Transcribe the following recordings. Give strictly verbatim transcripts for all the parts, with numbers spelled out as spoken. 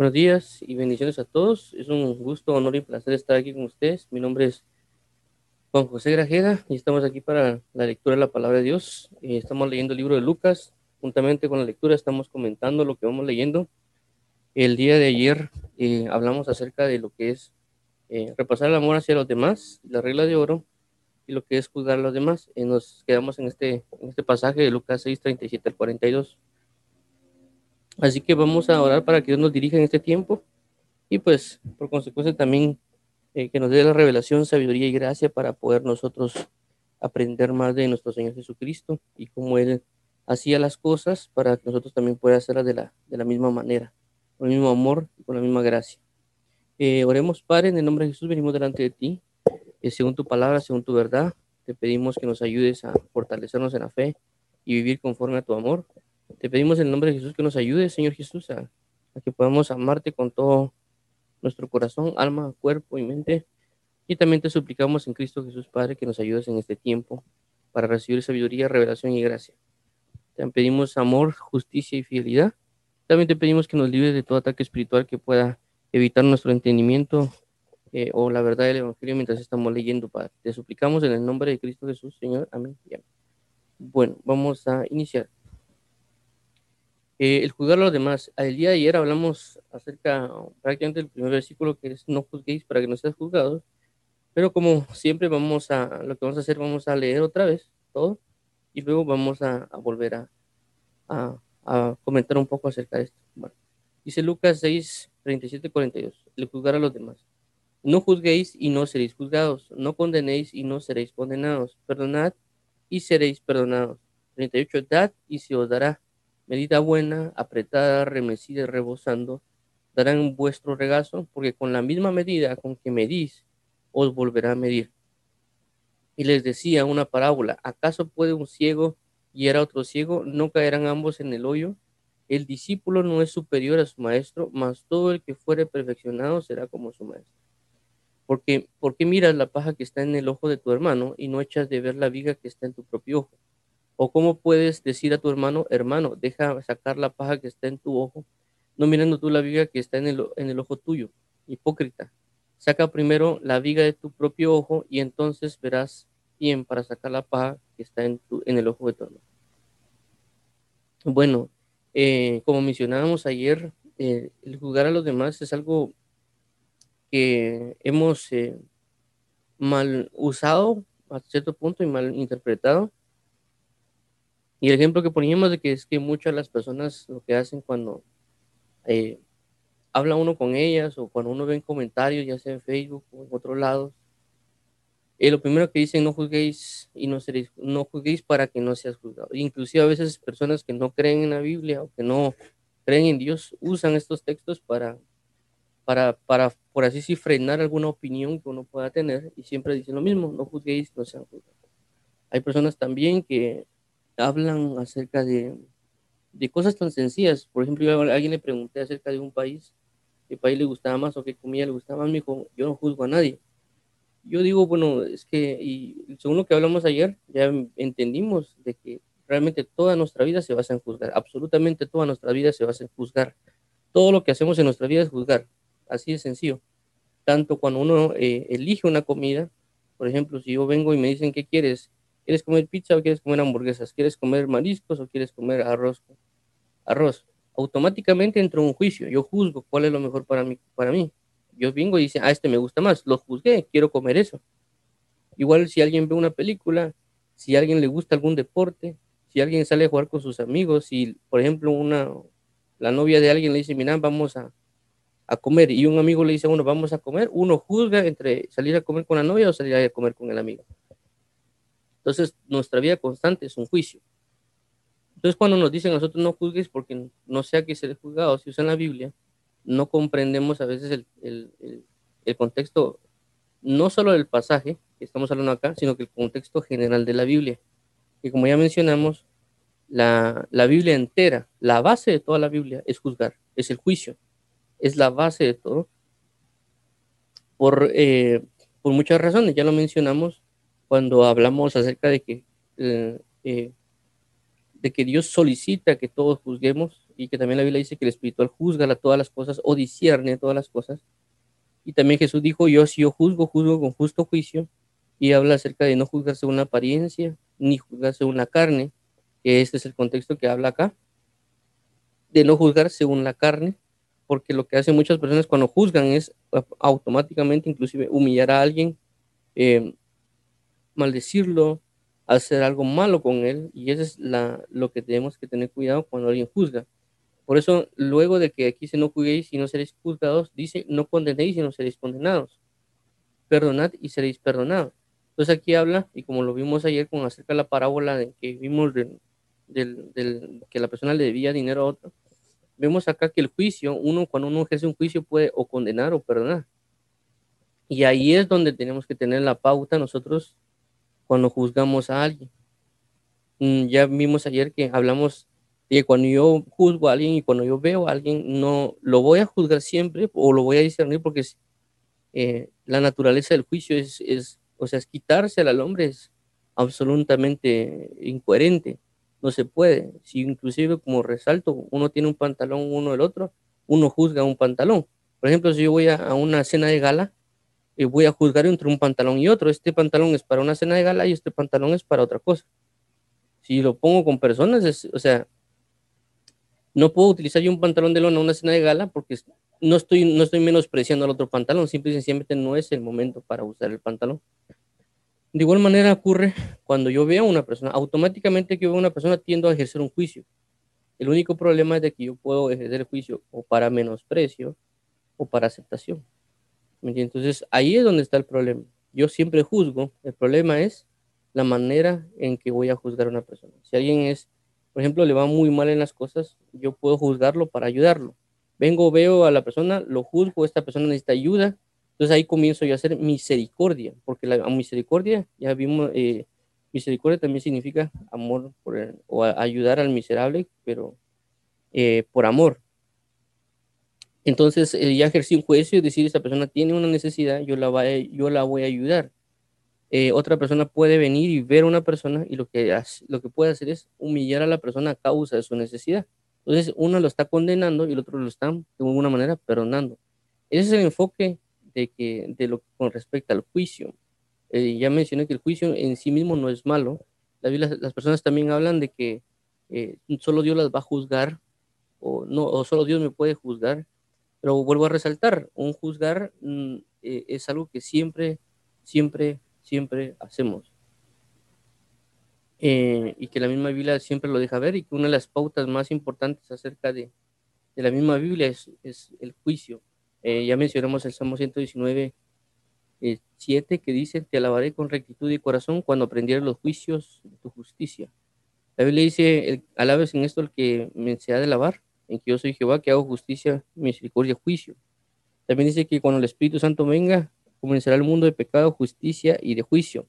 Buenos días y bendiciones a todos. Es un gusto, honor y placer estar aquí con ustedes. Mi nombre es Juan José Grajeda y estamos aquí para la lectura de la palabra de Dios. Eh, estamos leyendo el libro de Lucas. Juntamente con la lectura estamos comentando lo que vamos leyendo. El día de ayer eh, hablamos acerca de lo que es eh, repasar el amor hacia los demás, la regla de oro, y lo que es juzgar a los demás. Eh, nos quedamos en este, en este pasaje de Lucas seis, treinta y siete al cuarenta y dos. Así que vamos a orar para que Dios nos dirija en este tiempo y pues por consecuencia también eh, que nos dé la revelación, sabiduría y gracia para poder nosotros aprender más de nuestro Señor Jesucristo y cómo Él hacía las cosas para que nosotros también podamos hacerlas de la, de la misma manera, con el mismo amor y con la misma gracia. Eh, oremos, Padre, en el nombre de Jesús venimos delante de ti, eh, según tu palabra, según tu verdad, te pedimos que nos ayudes a fortalecernos en la fe y vivir conforme a tu amor. Te pedimos en el nombre de Jesús que nos ayudes, Señor Jesús, a, a que podamos amarte con todo nuestro corazón, alma, cuerpo y mente. Y también te suplicamos en Cristo Jesús, Padre, que nos ayudes en este tiempo para recibir sabiduría, revelación y gracia. Te pedimos amor, justicia y fidelidad. También te pedimos que nos libres de todo ataque espiritual que pueda evitar nuestro entendimiento eh, o la verdad del Evangelio mientras estamos leyendo, Padre. Te suplicamos en el nombre de Cristo Jesús, Señor. Amén. Y amén. Bueno, vamos a iniciar. Eh, el juzgar a los demás. El día de ayer hablamos acerca prácticamente del primer versículo que es no juzguéis para que no seas juzgados. Pero como siempre vamos a, lo que vamos a hacer, vamos a leer otra vez todo y luego vamos a, a volver a, a, a comentar un poco acerca de esto. Bueno, dice Lucas seis, treinta y siete, cuarenta y dos, el juzgar a los demás. No juzguéis y no seréis juzgados, no condenéis y no seréis condenados, perdonad y seréis perdonados. treinta y ocho, dad y se os dará. Medida buena, apretada, remecida y rebosando, darán vuestro regazo, porque con la misma medida con que medís, os volverá a medir. Y les decía una parábola, ¿acaso puede un ciego guiar a otro ciego? ¿No caerán ambos en el hoyo? El discípulo no es superior a su maestro, mas todo el que fuere perfeccionado será como su maestro. Porque, ¿por qué miras la paja que está en el ojo de tu hermano y no echas de ver la viga que está en tu propio ojo? ¿O cómo puedes decir a tu hermano, hermano, deja sacar la paja que está en tu ojo, no mirando tú la viga que está en el, en el ojo tuyo? Hipócrita, saca primero la viga de tu propio ojo y entonces verás bien para sacar la paja que está en, tu, en el ojo de tu hermano. Bueno, eh, como mencionábamos ayer, eh, el juzgar a los demás es algo que hemos eh, mal usado a cierto punto y mal interpretado. Y el ejemplo que poníamos de que es que muchas de las personas lo que hacen cuando eh, habla uno con ellas o cuando uno ve en comentarios, ya sea en Facebook o en otros lados, eh, lo primero que dicen, no juzguéis y no seréis, no juzguéis para que no seas juzgado. Inclusive a veces personas que no creen en la Biblia o que no creen en Dios usan estos textos para, para, para por así decir, frenar alguna opinión que uno pueda tener y siempre dicen lo mismo, no juzguéis, no sean juzgados. Hay personas también que hablan acerca de, de cosas tan sencillas. Por ejemplo, yo a alguien le pregunté acerca de un país, qué país le gustaba más o qué comida le gustaba más, me dijo, yo no juzgo a nadie. Yo digo, bueno, es que, y según lo que hablamos ayer, ya entendimos de que realmente toda nuestra vida se basa en juzgar, absolutamente toda nuestra vida se basa en juzgar. Todo lo que hacemos en nuestra vida es juzgar, así de sencillo. Tanto cuando uno eh, elige una comida, por ejemplo, si yo vengo y me dicen, ¿qué quieres? ¿Quieres comer pizza o quieres comer hamburguesas? ¿Quieres comer mariscos o quieres comer arroz? Arroz. Automáticamente entro en un juicio. Yo juzgo cuál es lo mejor para mí. Para mí. Yo vengo y dice, ah, este me gusta más. Lo juzgué, quiero comer eso. Igual si alguien ve una película, si a alguien le gusta algún deporte, si alguien sale a jugar con sus amigos, si por ejemplo una, la novia de alguien le dice, mira, vamos a, a comer, y un amigo le dice a uno, vamos a comer, uno juzga entre salir a comer con la novia o salir a comer con el amigo. Entonces, nuestra vida constante es un juicio. Entonces, cuando nos dicen a nosotros no juzgues porque no sea que ser juzgado, si usan la Biblia, no comprendemos a veces el, el, el, el contexto, no solo del pasaje que estamos hablando acá, sino que el contexto general de la Biblia. Y como ya mencionamos, la, la Biblia entera, la base de toda la Biblia es juzgar, es el juicio, es la base de todo, por, eh, por muchas razones. Ya lo mencionamos cuando hablamos acerca de que, eh, eh, de que Dios solicita que todos juzguemos y que también la Biblia dice que el espiritual juzga todas las cosas o discierne todas las cosas. Y también Jesús dijo, yo si yo juzgo, juzgo con justo juicio, y habla acerca de no juzgar según la apariencia, ni juzgar según la carne, que este es el contexto que habla acá, de no juzgar según la carne, porque lo que hacen muchas personas cuando juzgan es automáticamente inclusive humillar a alguien, eh, maldecirlo, hacer algo malo con él, y eso es la, lo que tenemos que tener cuidado cuando alguien juzga. Por eso, luego de que aquí dice no juzguéis y no seréis juzgados, dice no condenéis y no seréis condenados, perdonad y seréis perdonados. Entonces aquí habla, y como lo vimos ayer con acerca de la parábola de que vimos del, del, del, que la persona le debía dinero a otro, vemos acá que el juicio, uno cuando uno ejerce un juicio puede o condenar o perdonar. Y ahí es donde tenemos que tener la pauta nosotros cuando juzgamos a alguien. Mm, Ya vimos ayer que hablamos de que cuando yo juzgo a alguien y cuando yo veo a alguien, no lo voy a juzgar siempre o lo voy a discernir porque es, eh, la naturaleza del juicio es, es, o sea, es quitársela al hombre, es absolutamente incoherente. No se puede. Si inclusive, como resalto, uno tiene un pantalón uno del otro, uno juzga un pantalón. Por ejemplo, si yo voy a, a una cena de gala, eh, voy a juzgar entre un pantalón y otro. Este pantalón es para una cena de gala y este pantalón es para otra cosa. Si lo pongo con personas, es, o sea, no puedo utilizar yo un pantalón de lona en una cena de gala porque no estoy, no estoy menospreciando al otro pantalón, simple y sencillamente no es el momento para usar el pantalón. De igual manera ocurre cuando yo veo a una persona, automáticamente que yo veo a una persona tiendo a ejercer un juicio. El único problema es de que yo puedo ejercer el juicio o para menosprecio o para aceptación. ¿Me entiendes? Entonces ahí es donde está el problema. Yo siempre juzgo, el problema es la manera en que voy a juzgar a una persona. Si alguien es, por ejemplo, le va muy mal en las cosas, yo puedo juzgarlo para ayudarlo. Vengo, veo a la persona, lo juzgo, esta persona necesita ayuda, entonces ahí comienzo yo a hacer misericordia, porque la misericordia, ya vimos, eh, misericordia también significa amor por el- o a- ayudar al miserable, pero eh, por amor. Entonces, eh, ya ejercí un juicio y decir, esta persona tiene una necesidad, yo la, va a- yo la voy a ayudar. Eh, otra persona puede venir y ver a una persona y lo que, hace- lo que puede hacer es humillar a la persona a causa de su necesidad. Entonces, uno lo está condenando y el otro lo está, de alguna manera, perdonando. Ese es el enfoque de, que, de lo que con respecto al juicio. Eh, ya mencioné que el juicio en sí mismo no es malo. La Biblia- las personas también hablan de que eh, solo Dios las va a juzgar o, no, o solo Dios me puede juzgar, pero vuelvo a resaltar, un juzgar mm, eh, es algo que siempre, siempre, siempre hacemos. Eh, y que la misma Biblia siempre lo deja ver y que una de las pautas más importantes acerca de, de la misma Biblia es, es el juicio. Eh, ya mencionamos el Salmo ciento diecinueve, eh, siete, que dice, te alabaré con rectitud de corazón cuando aprendieras los juicios de tu justicia. La Biblia dice, el, alabes en esto el que me se ha de alabar, en que yo soy Jehová, que hago justicia, misericordia, juicio. También dice que cuando el Espíritu Santo venga, comenzará el mundo de pecado, justicia y de juicio.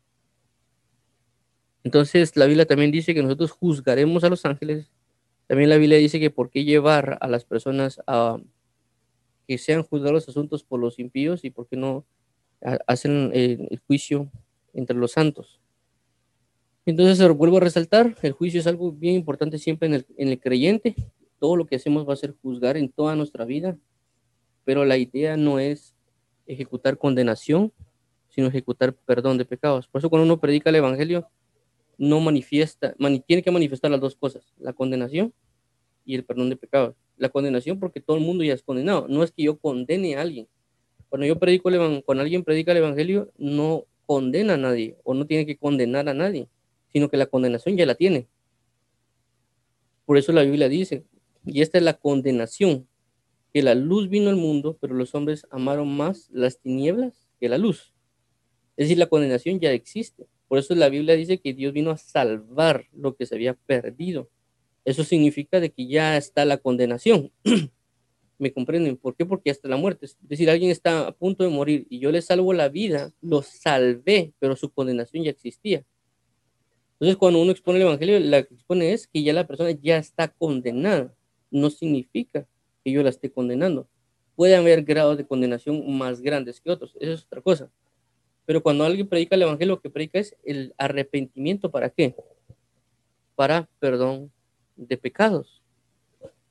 Entonces, la Biblia también dice que nosotros juzgaremos a los ángeles. También la Biblia dice que por qué llevar a las personas a que sean juzgados los asuntos por los impíos y por qué no ha- hacen el, el juicio entre los santos. Entonces, eh, vuelvo a resaltar, el juicio es algo bien importante siempre en el, en el creyente. Todo lo que hacemos va a ser juzgar en toda nuestra vida, pero la idea no es ejecutar condenación, sino ejecutar perdón de pecados. Por eso cuando uno predica el Evangelio, no manifiesta, mani- tiene que manifestar las dos cosas, la condenación y el perdón de pecados. La condenación porque todo el mundo ya es condenado, no es que yo condene a alguien. Cuando yo predico el evan- cuando alguien predica el Evangelio, no condena a nadie o no tiene que condenar a nadie, sino que la condenación ya la tiene. Por eso la Biblia dice, y esta es la condenación, que la luz vino al mundo, pero los hombres amaron más las tinieblas que la luz. Es decir, la condenación ya existe. Por eso la Biblia dice que Dios vino a salvar lo que se había perdido. Eso significa de que ya está la condenación. ¿Me comprenden? ¿Por qué? Porque hasta la muerte. Es decir, alguien está a punto de morir y yo le salvo la vida, lo salvé, pero su condenación ya existía. Entonces, cuando uno expone el Evangelio, la que expone es que ya la persona ya está condenada. No significa que yo la esté condenando. Puede haber grados de condenación más grandes que otros. Eso es otra cosa. Pero cuando alguien predica el Evangelio, lo que predica es el arrepentimiento. ¿Para qué? Para perdón de pecados.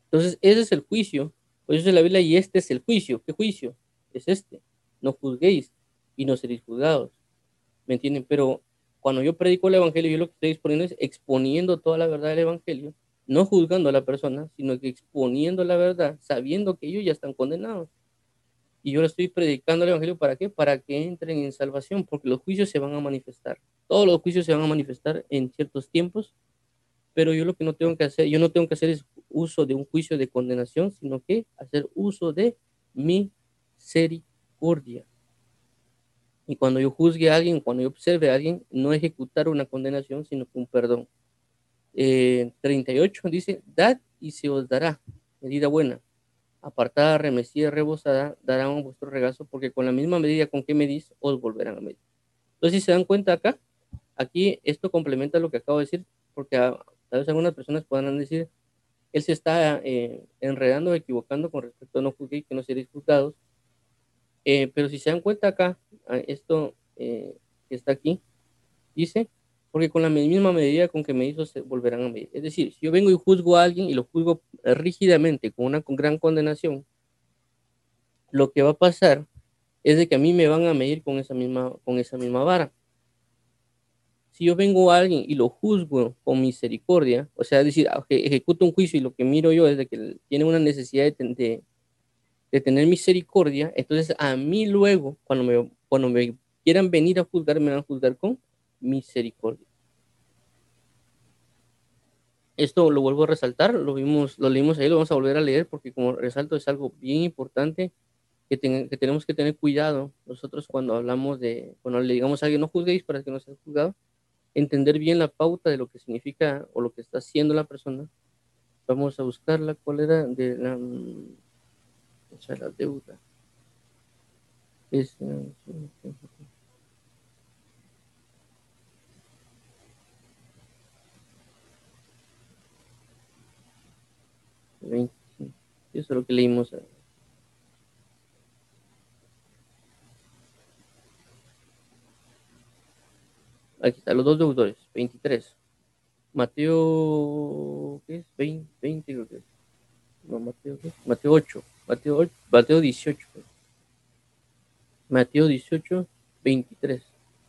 Entonces, ese es el juicio. Por eso dice la Biblia, y este es el juicio. ¿Qué juicio? Es este. No juzguéis y no seréis juzgados. ¿Me entienden? Pero cuando yo predico el evangelio, yo lo que estoy exponiendo es exponiendo toda la verdad del evangelio, no juzgando a la persona, sino que exponiendo la verdad, sabiendo que ellos ya están condenados. Y yo le estoy predicando el evangelio, ¿para qué? Para que entren en salvación, porque los juicios se van a manifestar. Todos los juicios se van a manifestar en ciertos tiempos, pero yo lo que no tengo que hacer, yo no tengo que hacer es uso de un juicio de condenación, sino que hacer uso de misericordia. Y cuando yo juzgue a alguien, cuando yo observe a alguien, no ejecutar una condenación, sino que un perdón. Eh, treinta y ocho dice, dad y se os dará, medida buena, apartada, remecida, rebosada, darán vuestro regazo, porque con la misma medida con que medís, os volverán a medir. Entonces, si se dan cuenta acá, aquí esto complementa lo que acabo de decir, porque a, tal vez algunas personas puedan decir, él se está eh, enredando, equivocando con respecto a no juzguéis, que no seréis juzgados. Eh, pero si se dan cuenta acá, esto eh, que está aquí, dice, porque con la misma medida con que me hizo se volverán a medir. Es decir, si yo vengo y juzgo a alguien y lo juzgo rígidamente con una con gran condenación, lo que va a pasar es de que a mí me van a medir con esa misma, con esa misma vara. Si yo vengo a alguien y lo juzgo con misericordia, o sea, es decir, ejecuto un juicio y lo que miro yo es de que tiene una necesidad de, de, de tener misericordia, entonces a mí luego, cuando me, cuando me quieran venir a juzgar, me van a juzgar con misericordia. Esto lo vuelvo a resaltar, lo vimos, lo leímos ahí, lo vamos a volver a leer porque como resalto es algo bien importante que, ten, que tenemos que tener cuidado nosotros cuando hablamos de, cuando le digamos a alguien no juzguéis para que no sea juzgado, entender bien la pauta de lo que significa o lo que está haciendo la persona. Vamos a buscarla, cuál era de la, o sea, la deuda. Es, veinte, eso es lo que leímos. Aquí están los dos deudores, veintitrés. Mateo, ¿qué es? veinte, veinte creo que es. No, Mateo, ¿qué? Mateo ocho. Mateo, ocho, Mateo dieciocho. Mateo dieciocho, veintitrés.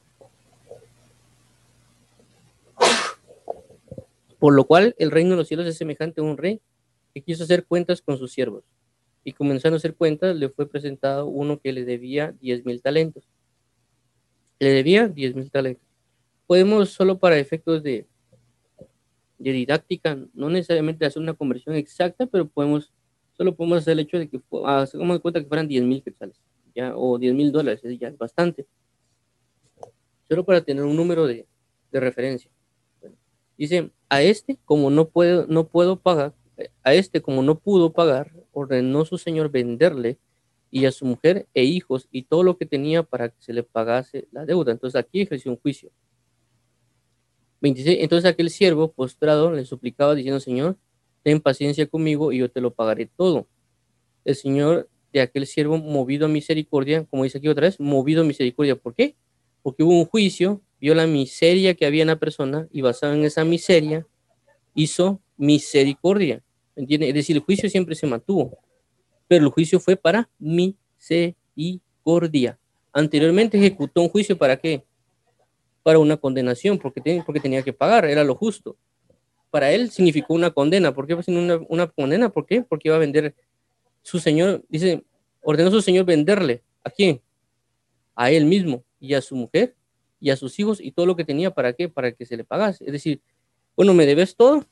Por lo cual el reino de los cielos es semejante a un rey que quiso hacer cuentas con sus siervos. Y comenzando a hacer cuentas, le fue presentado uno que le debía diez mil talentos. Le debía diez mil talentos. Podemos, solo para efectos de, de didáctica, no necesariamente hacer una conversión exacta, pero podemos, solo podemos hacer el hecho de que, hagamos de cuenta que fueran diez mil quetzales, ya, o diez mil dólares, ya es bastante. Solo para tener un número de, de referencia. Bueno, dice, a este, como no puedo, no puedo pagar, a este, como no pudo pagar, ordenó su señor venderle y a su mujer e hijos y todo lo que tenía para que se le pagase la deuda. Entonces aquí ejerció un juicio. veintiséis. Entonces aquel siervo postrado le suplicaba diciendo, Señor, ten paciencia conmigo y yo te lo pagaré todo. El Señor de aquel siervo, movido a misericordia, como dice aquí otra vez, movido a misericordia. ¿Por qué? Porque hubo un juicio, vio la miseria que había en la persona y basado en esa miseria hizo misericordia. ¿Entiende? Es decir, el juicio siempre se mantuvo, pero el juicio fue para misericordia. Anteriormente ejecutó un juicio para qué? Para una condenación, porque, ten, porque tenía que pagar, era lo justo. Para él significó una condena. ¿Por qué fue una, una condena? ¿Por qué? Porque iba a vender su señor, dice, ordenó su señor venderle. ¿A quién? A él mismo y a su mujer y a sus hijos y todo lo que tenía. ¿Para qué? Para que se le pagase. Es decir, bueno, me debes todo,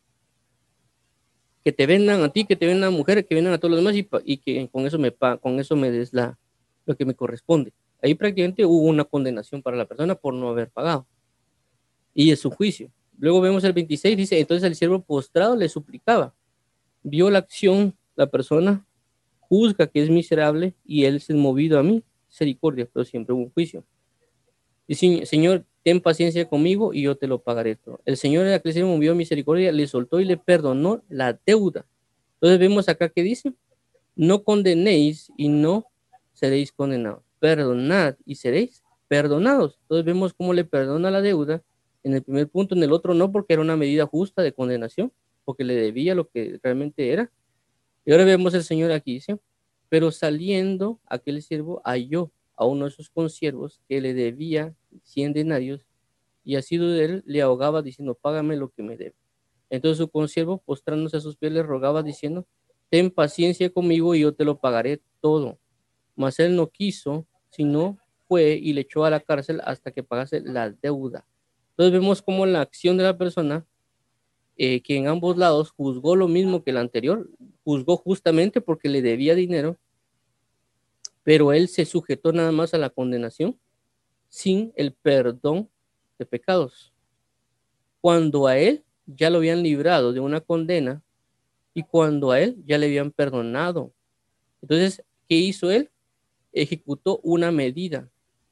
que te vendan a ti, que te vendan a mujer, que vendan a todos los demás y, y que con eso me con eso me des la, lo que me corresponde. Ahí prácticamente hubo una condenación para la persona por no haber pagado. Y es su juicio. Luego vemos el veintiséis, dice, entonces el siervo postrado le suplicaba. Vio la acción, la persona juzga que es miserable y él se ha movido a mí, misericordia, pero siempre hubo un juicio. Dice, Señor, ten paciencia conmigo y yo te lo pagaré todo. El Señor de la que se movió a misericordia, le soltó y le perdonó la deuda. Entonces vemos acá que dice, no condenéis y no seréis condenados. Perdonad y seréis perdonados. Entonces vemos cómo le perdona la deuda en el primer punto, en el otro no, porque era una medida justa de condenación, porque le debía lo que realmente era. Y ahora vemos el Señor aquí, dice, pero saliendo aquel siervo halló a uno de sus consiervos que le debía cien denarios y asido de él le ahogaba diciendo, págame lo que me debe. Entonces su consiervo, postrándose a sus pies, le rogaba diciendo, ten paciencia conmigo y yo te lo pagaré todo. Mas él no quiso, sino fue y le echó a la cárcel hasta que pagase la deuda. Entonces vemos como la acción de la persona, eh, que en ambos lados juzgó lo mismo que el anterior, juzgó justamente porque le debía dinero, pero él se sujetó nada más a la condenación sin el perdón de pecados, cuando a él ya lo habían librado de una condena y cuando a él ya le habían perdonado. Entonces, ¿qué hizo él? Ejecutó una medida.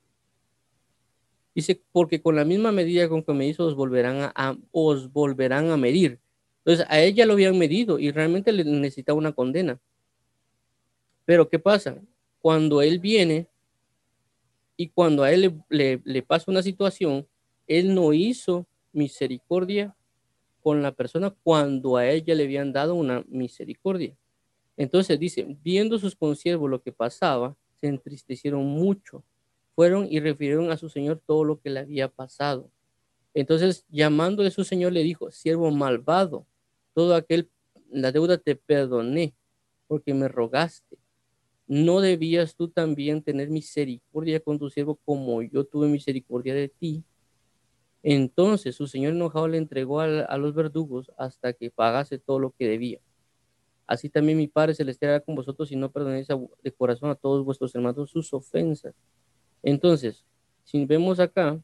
Dice, porque con la misma medida con que me hizo, os volverán a, a- os volverán a medir. Entonces, a él ya lo habían medido y realmente le necesitaba una condena. Pero ¿qué pasa? Cuando él viene y cuando a él le, le, le pasa una situación, él no hizo misericordia con la persona cuando a ella le habían dado una misericordia. Entonces dice, viendo sus consiervos lo que pasaba, se entristecieron mucho. Fueron y refirieron a su señor todo lo que le había pasado. Entonces, llamándole su señor, le dijo, siervo malvado, todo aquel, la deuda te perdoné, porque me rogaste. ¿No debías tú también tener misericordia con tu siervo como yo tuve misericordia de ti? Entonces su señor enojado le entregó a, a los verdugos hasta que pagase todo lo que debía. Así también mi Padre Celestial hará con vosotros si no perdonéis de corazón a todos vuestros hermanos sus ofensas. Entonces, si vemos acá,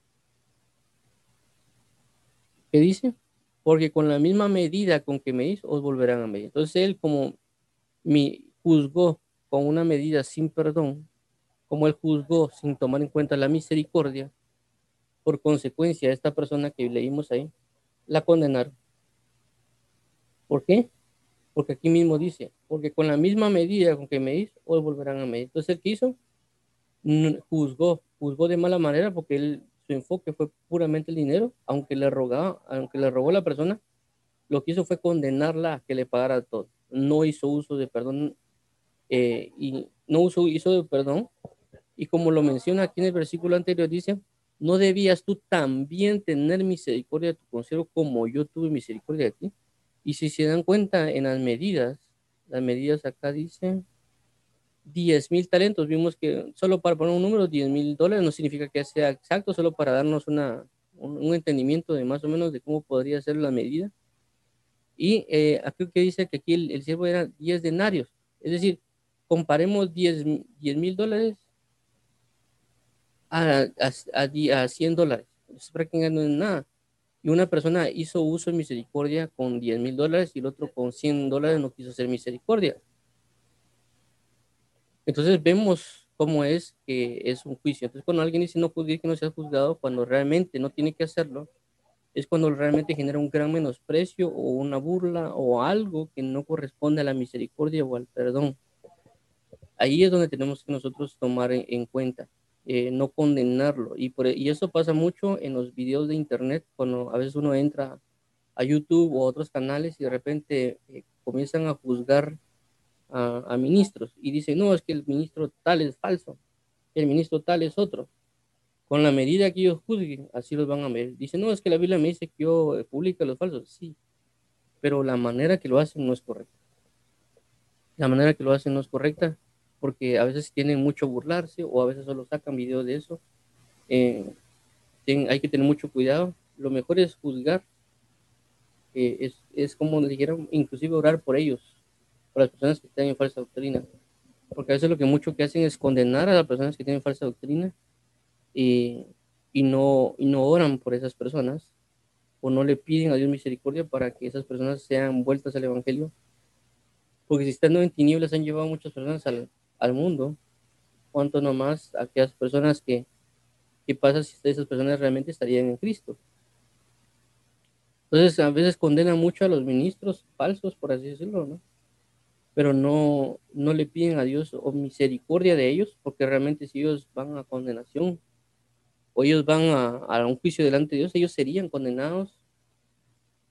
¿qué dice? Porque con la misma medida con que me hizo, os volverán a medir. Entonces él como me juzgó con una medida sin perdón, como él juzgó sin tomar en cuenta la misericordia, por consecuencia, esta persona que leímos ahí, la condenaron. ¿Por qué? Porque aquí mismo dice, porque con la misma medida con que me hizo, os volverán a medir. Entonces, ¿el que hizo? Mm, Juzgó, juzgó de mala manera porque él, su enfoque fue puramente el dinero, aunque le rogaba, aunque le rogó a la persona, lo que hizo fue condenarla a que le pagara todo. No hizo uso de perdón, eh, y no uso, hizo de perdón. Y como lo menciona aquí en el versículo anterior, dice, ¿no debías tú también tener misericordia de tu consiervo como yo tuve misericordia de ti? Y si se dan cuenta en las medidas, las medidas acá dicen diez mil talentos. Vimos que solo para poner un número, diez mil dólares no significa que sea exacto, solo para darnos una, un, un entendimiento de más o menos de cómo podría ser la medida. Y eh, aquí que dice que aquí el, el siervo era diez denarios. Es decir, comparemos diez mil dólares a, a, a, a cien dólares. Entonces, prácticamente no es nada. Y una persona hizo uso de misericordia con diez mil dólares y el otro con cien dólares no quiso hacer misericordia. Entonces vemos cómo es que es un juicio. Entonces cuando alguien dice no juzgue que no sea juzgado, cuando realmente no tiene que hacerlo, es cuando realmente genera un gran menosprecio o una burla o algo que no corresponde a la misericordia o al perdón. Ahí es donde tenemos que nosotros tomar en, en cuenta, eh, no condenarlo. Y, por, y eso pasa mucho en los videos de internet, cuando a veces uno entra a YouTube o a otros canales y de repente eh, comienzan a juzgar a, a ministros y dicen, no, es que el ministro tal es falso, el ministro tal es otro. Con la medida que ellos juzguen, así los van a medir. Dicen, no, es que la Biblia me dice que yo eh, publico los falsos. Sí, pero la manera que lo hacen no es correcta. La manera que lo hacen no es correcta porque a veces tienen mucho burlarse o a veces solo sacan videos de eso. Eh, ten, hay que tener mucho cuidado. Lo mejor es juzgar, eh, es, es como le dijeron, inclusive orar por ellos, por las personas que están en falsa doctrina. Porque a veces lo que mucho que hacen es condenar a las personas que tienen falsa doctrina y, y, no, y no oran por esas personas o no le piden a Dios misericordia para que esas personas sean vueltas al Evangelio. Porque si estando en tinieblas han llevado a muchas personas al, al mundo, cuanto nomás a aquellas personas que, ¿qué pasa si esas personas realmente estarían en Cristo? Entonces a veces condenan mucho a los ministros falsos, por así decirlo, ¿no? Pero no, no le piden a Dios o misericordia de ellos, porque realmente si ellos van a condenación o ellos van a, a un juicio delante de Dios, ellos serían condenados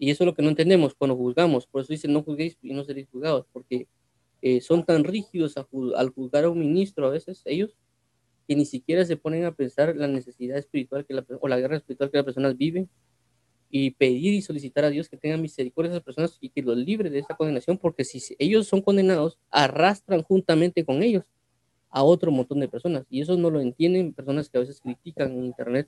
Y eso es lo que no entendemos cuando juzgamos. Por eso dice, no juzguéis y no seréis juzgados, porque eh, son tan rígidos a ju- al juzgar a un ministro a veces, ellos, que ni siquiera se ponen a pensar la necesidad espiritual que la, pe- o la guerra espiritual que las personas viven y pedir y solicitar a Dios que tenga misericordia de esas personas y que los libre de esa condenación, porque si se- ellos son condenados, arrastran juntamente con ellos a otro montón de personas. Y eso no lo entienden personas que a veces critican en Internet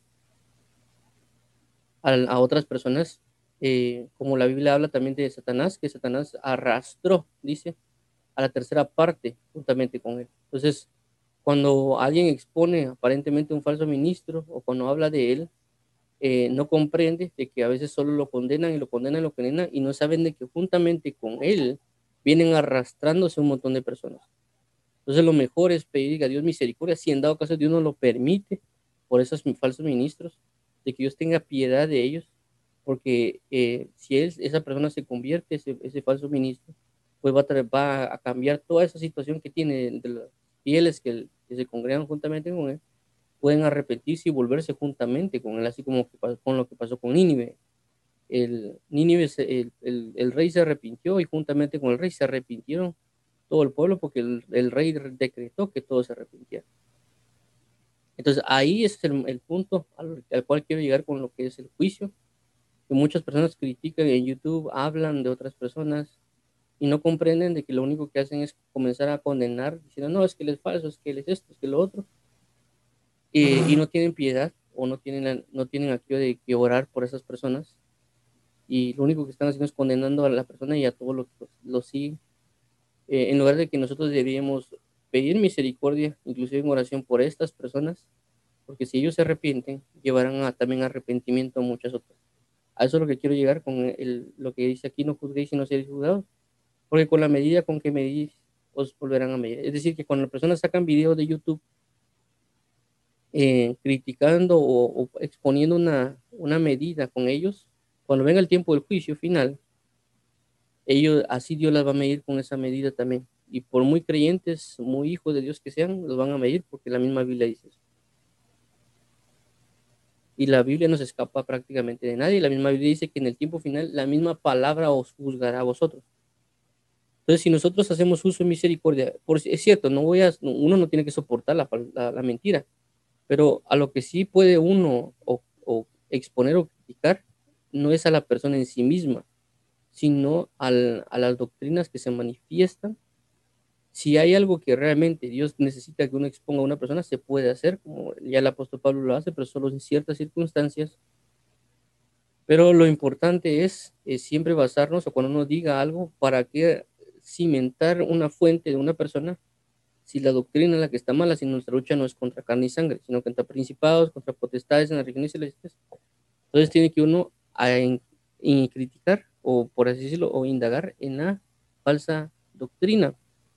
a, a otras personas, eh, como la Biblia habla también de Satanás, que Satanás arrastró, dice, a la tercera parte juntamente con él. Entonces, cuando alguien expone aparentemente un falso ministro o cuando habla de él, eh, no comprende de que a veces solo lo condenan y lo condenan y lo condenan y no saben de que juntamente con él vienen arrastrándose un montón de personas. Entonces lo mejor es pedir a Dios misericordia, si en dado caso Dios no lo permite por esos falsos ministros, de que Dios tenga piedad de ellos, porque eh, si él, esa persona se convierte, ese, ese falso ministro, pues va a, tra- va a cambiar toda esa situación que tiene de los fieles que, que se congregan juntamente con él, pueden arrepentirse y volverse juntamente con él, así como que pasó, con lo que pasó con Nínive. El, Nínive se- el, el, el rey se arrepintió y juntamente con el rey se arrepintieron todo el pueblo porque el, el rey decretó que todos se arrepintieran. Entonces ahí es el, el punto al, al, cual quiero llegar con lo que es el juicio, que muchas personas critican en YouTube, hablan de otras personas y no comprenden de que lo único que hacen es comenzar a condenar, diciendo, no, es que él es falso, es que él es esto, es que lo otro, eh, y no tienen piedad o no tienen, no tienen activo de que orar por esas personas y lo único que están haciendo es condenando a la persona y a todos los que lo siguen, eh, en lugar de que nosotros deberíamos pedir misericordia, inclusive en oración por estas personas, porque si ellos se arrepienten, llevarán a, también arrepentimiento a muchas otras. A eso es lo que quiero llegar con el, lo que dice aquí, no juzguéis y no seréis juzgados, porque con la medida con que medís, os volverán a medir. Es decir, que cuando las personas sacan videos de YouTube eh, criticando o, o exponiendo una, una medida con ellos, cuando venga el tiempo del juicio final, ellos, así Dios las va a medir con esa medida también. Y por muy creyentes, muy hijos de Dios que sean, los van a medir porque la misma Biblia dice eso. Y la Biblia no se escapa prácticamente de nadie. La misma Biblia dice que en el tiempo final la misma palabra os juzgará a vosotros. Entonces, si nosotros hacemos uso de misericordia, por, es cierto, no voy a, uno no tiene que soportar la, la, la mentira, pero a lo que sí puede uno o, o exponer o criticar no es a la persona en sí misma, sino al, a las doctrinas que se manifiestan. Si hay algo que realmente Dios necesita que uno exponga a una persona, se puede hacer, como ya el apóstol Pablo lo hace, pero solo en ciertas circunstancias. Pero lo importante es, eh, siempre basarnos, o cuando uno diga algo, para que cimentar una fuente de una persona, si la doctrina en la que está mala, si nuestra lucha no es contra carne y sangre, sino contra principados, contra potestades en las regiones celestes. Entonces tiene que uno a, en, en criticar, o por así decirlo, o indagar en la falsa doctrina.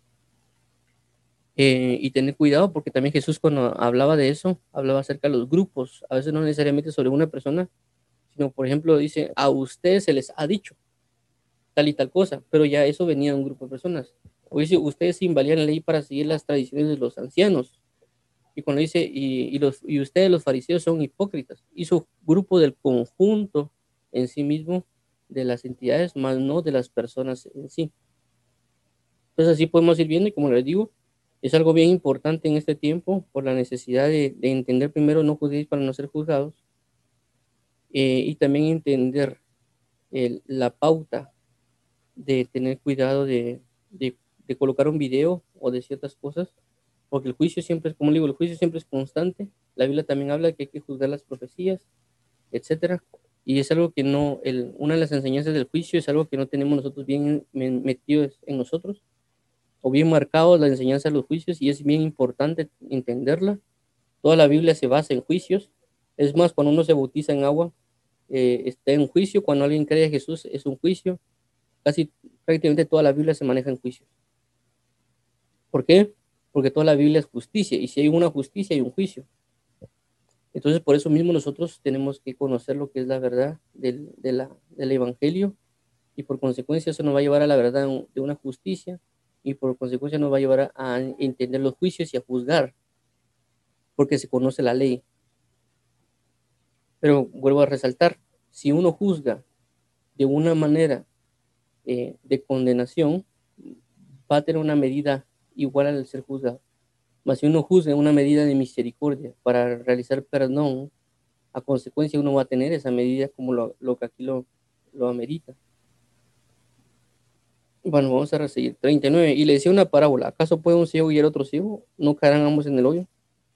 Eh, y tener cuidado porque también Jesús cuando hablaba de eso, hablaba acerca de los grupos, a veces no necesariamente sobre una persona, sino por ejemplo dice, a ustedes se les ha dicho tal y tal cosa, pero ya eso venía de un grupo de personas. O dice, ustedes invalían la ley para seguir las tradiciones de los ancianos. Y cuando dice, y, y, los, y ustedes los fariseos son hipócritas, hizo grupo del conjunto en sí mismo de las entidades, más no de las personas en sí. Entonces así podemos ir viendo y como les digo, es algo bien importante en este tiempo por la necesidad de, de entender primero no juzguéis para no ser juzgados, eh, y también entender el, la pauta de tener cuidado de, de, de colocar un video o de ciertas cosas, porque el juicio siempre es, como le digo, el juicio siempre es constante. La Biblia también habla de que hay que juzgar las profecías, etcétera. Y es algo que no, el, una de las enseñanzas del juicio es algo que no tenemos nosotros bien metidos en nosotros o bien marcados la enseñanza de los juicios y es bien importante entenderla. Toda la Biblia se basa en juicios. Es más, cuando uno se bautiza en agua, eh, está en juicio. Cuando alguien cree en Jesús, es un juicio. Casi prácticamente toda la Biblia se maneja en juicios. ¿Por qué? Porque toda la Biblia es justicia. Y si hay una justicia, hay un juicio. Entonces, por eso mismo nosotros tenemos que conocer lo que es la verdad del, de la, del Evangelio y por consecuencia eso nos va a llevar a la verdad de una justicia y por consecuencia nos va a llevar a, a entender los juicios y a juzgar porque se conoce la ley. Pero vuelvo a resaltar, si uno juzga de una manera eh, de condenación, va a tener una medida igual al ser juzgado. Mas si uno juzga una medida de misericordia para realizar perdón, a consecuencia uno va a tener esa medida como lo, lo que aquí lo, lo amerita. Bueno, vamos a seguir. Treinta y nueve. Y le decía una parábola: ¿acaso puede un ciego guiar a otro ciego? ¿No caerán ambos en el hoyo?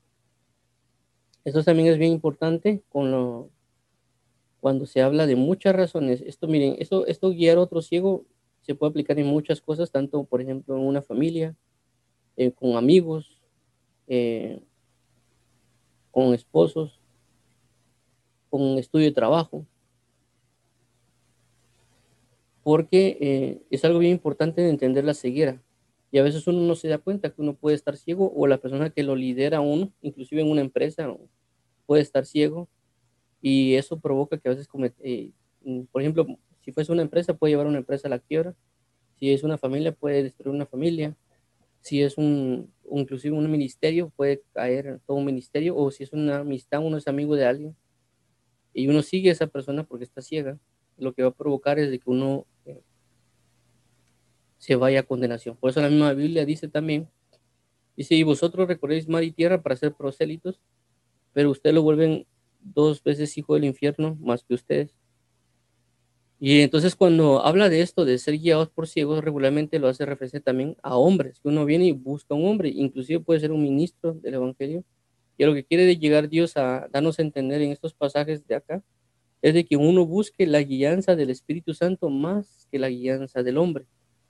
Esto también es bien importante con lo, cuando se habla de muchas razones. Esto, miren, esto, esto guiar a otro ciego se puede aplicar en muchas cosas, tanto, por ejemplo, en una familia, eh, con amigos, eh, con esposos, con estudio de trabajo, porque eh, es algo bien importante de entender la ceguera. Y a veces uno no se da cuenta que uno puede estar ciego, o la persona que lo lidera a uno, inclusive en una empresa, puede estar ciego, y eso provoca que a veces, comet- eh, mm, por ejemplo, si fuese una empresa, puede llevar a una empresa a la quiebra. Si es una familia, puede destruir una familia. Si es un, inclusive un ministerio, puede caer todo un ministerio. O si es una amistad, uno es amigo de alguien y uno sigue a esa persona porque está ciega, lo que va a provocar es de que uno eh, se vaya a condenación. Por eso la misma Biblia dice también, dice: y vosotros recorréis mar y tierra para ser prosélitos, pero ustedes lo vuelven dos veces hijo del infierno más que ustedes. Y entonces cuando habla de esto, de ser guiados por ciegos, regularmente lo hace referencia también a hombres, que uno viene y busca a un hombre, inclusive puede ser un ministro del Evangelio. Y a lo que quiere llegar Dios a darnos a entender en estos pasajes de acá, es de que uno busque la guianza del Espíritu Santo más que la guianza del hombre.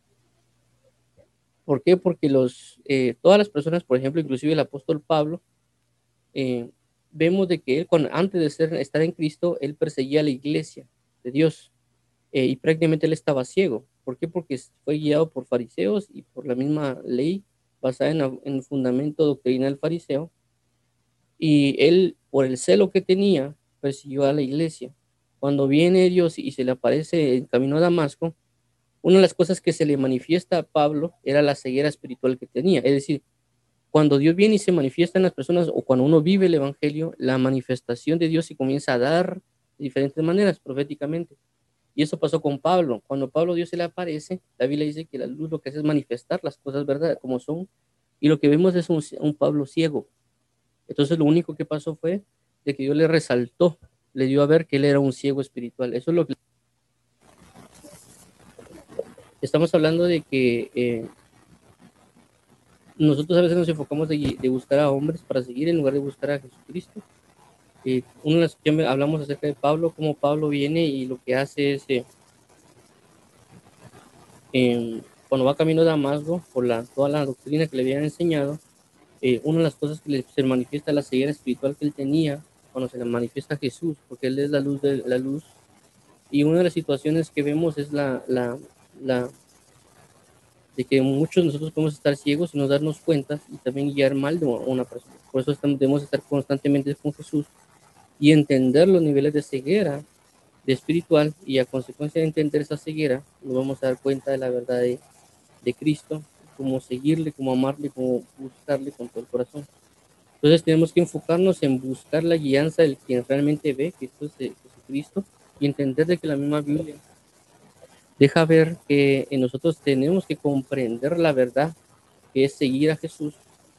¿Por qué? Porque los, eh, todas las personas, por ejemplo, inclusive el apóstol Pablo, eh, vemos de que él, cuando, antes de ser, estar en Cristo, él perseguía a la iglesia de Dios, eh, y prácticamente él estaba ciego. ¿Por qué? Porque fue guiado por fariseos y por la misma ley basada en, la- en el fundamento doctrinal fariseo, y él, por el celo que tenía, persiguió a la iglesia. Cuando viene Dios y se le aparece en camino a Damasco, una de las cosas que se le manifiesta a Pablo era la ceguera espiritual que tenía. Es decir, cuando Dios viene y se manifiesta en las personas, o cuando uno vive el Evangelio, la manifestación de Dios se comienza a dar de diferentes maneras, proféticamente. Y eso pasó con Pablo. Cuando Pablo Dios se le aparece, la Biblia dice que la luz lo que hace es manifestar las cosas verdad como son, y lo que vemos es un, un Pablo ciego. Entonces lo único que pasó fue de que Dios le resaltó, le dio a ver que él era un ciego espiritual. Eso es lo que estamos hablando, de que eh, nosotros a veces nos enfocamos de, de buscar a hombres para seguir en lugar de buscar a Jesucristo. Eh, una de las que hablamos acerca de Pablo, cómo Pablo viene y lo que hace es, eh, eh, cuando va camino a Damasco, por la, toda la doctrina que le habían enseñado, eh, una de las cosas que le, se manifiesta la ceguera espiritual que él tenía cuando se le manifiesta a Jesús, porque él es la luz de la luz. Y una de las situaciones que vemos es la, la, la de que muchos de nosotros podemos estar ciegos y no darnos cuenta, y también guiar mal de una persona. Por eso estamos, debemos estar constantemente con Jesús y entender los niveles de ceguera de espiritual, y a consecuencia de entender esa ceguera nos vamos a dar cuenta de la verdad de, de Cristo, cómo seguirle, cómo amarle, cómo buscarle con todo el corazón. Entonces tenemos que enfocarnos en buscar la guianza del quien realmente ve, que esto es de Jesucristo, y entender de que la misma Biblia deja ver que en nosotros tenemos que comprender la verdad, que es seguir a Jesús,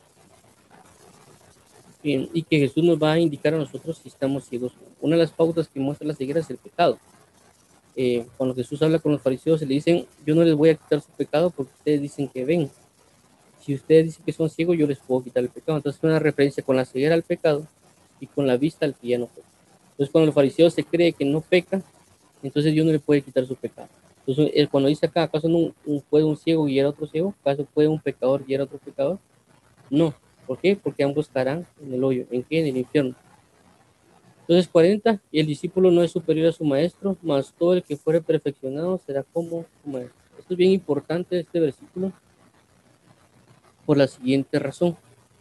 y, y que Jesús nos va a indicar a nosotros si estamos ciegos. Una de las pautas que muestra la ceguera es el pecado. Eh, cuando Jesús habla con los fariseos, se le dicen: yo no les voy a quitar su pecado porque ustedes dicen que ven. Si ustedes dicen que son ciegos, yo les puedo quitar el pecado. Entonces es una referencia con la ceguera al pecado y con la vista al que ya no peca. Entonces cuando el fariseo se cree que no peca, entonces Dios no le puede quitar su pecado. Entonces él, cuando dice acá: ¿acaso no un- puede un ciego guiar a otro ciego? ¿Acaso puede un pecador guiar a otro pecador? No. ¿Por qué? Porque ambos estarán en el hoyo. ¿En qué? En el infierno. Entonces cuarenta, y el discípulo no es superior a su maestro, mas todo el que fuere perfeccionado será como su maestro. Esto es bien importante, este versículo, por la siguiente razón.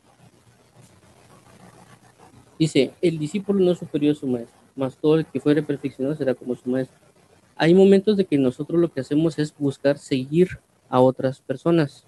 Dice: el discípulo no es superior a su maestro, mas todo el que fuere perfeccionado será como su maestro. Hay momentos de que nosotros lo que hacemos es buscar seguir a otras personas,